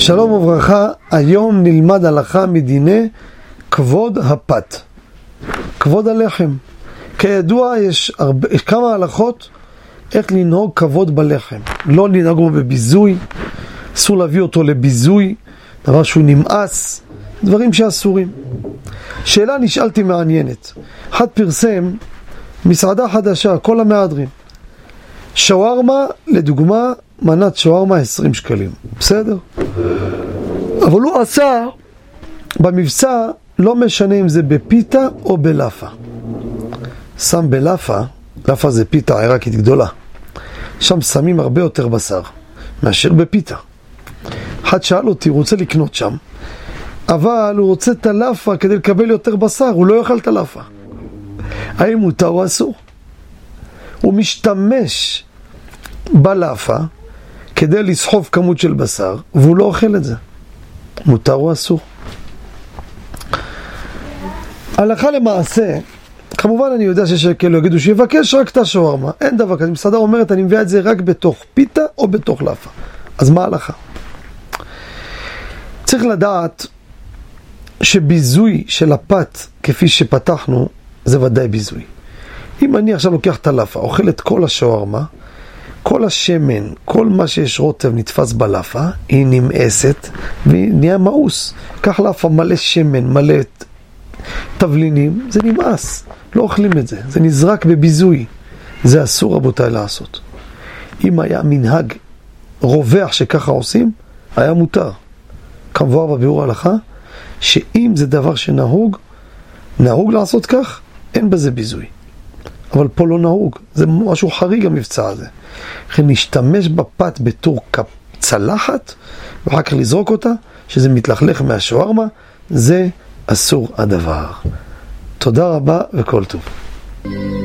שלום וברכה, היום נלמד הלכה מדיני כבוד הפת, כבוד הלחם. כידוע יש כמה הלכות איך לנהוג כבוד בלחם. לא לנהוג בו בביזוי, אסור להביא אותו לביזוי, דבר שהוא נמאס, דברים שאסורים. שאלה נשאלתי מעניינת. אחד פרסם מסעדה חדשה, כל המהדרין. שווארמה, לדוגמה, מנת שווארמה 20 שקלים. בסדר? אבל הוא עשה במבצע, לא משנה אם זה בפיתה או בלאפה. שם בלאפה, לאפה זה פיתה עיראקית גדולה. שם שמים הרבה יותר בשר מאשר בפיתה. אחד שאל אותי, הוא רוצה לקנות שם, אבל הוא רוצה את הלאפה כדי לקבל יותר בשר, הוא לא יאכל את הלאפה. האם מותר או אסור? הוא משתמש בלאפה כדי לסחוב כמות של בשר, והוא לא אוכל את זה. מותר או אסור? הלכה למעשה, כמובן אני יודע שיש כאלו יגידו שיבקש רק את השווארמה, אין דבר כזה. מסעדה אומרת אני מביא את זה רק בתוך פיתה או בתוך לאפה. אז מה ההלכה? צריך לדעת שביזוי של הפת כפי שפתחנו זה ודאי ביזוי. אם אני עכשיו לוקח את הלאפה, אוכל את כל השווארמה, כל השמן, כל מה שיש רוטב נתפס בלאפה, היא נמאסת והיא נהיה מאוס. כך לאפה מלא שמן, מלא תבלינים, זה נמאס. לא אוכלים את זה, זה נזרק בביזוי. זה אסור רבותיי לעשות. אם היה מנהג רווח שככה עושים, היה מותר. כמובן בביאור ההלכה, שאם זה דבר שנהוג, נהוג לעשות כך, אין בזה ביזוי. אבל פה לא נהוג, זה משהו חריג המבצע הזה. לכן נשתמש בפת בתור צלחת, ואחר כך לזרוק אותה, שזה מתלכלך מהשווארמה, זה אסור הדבר. תודה רבה וכל טוב.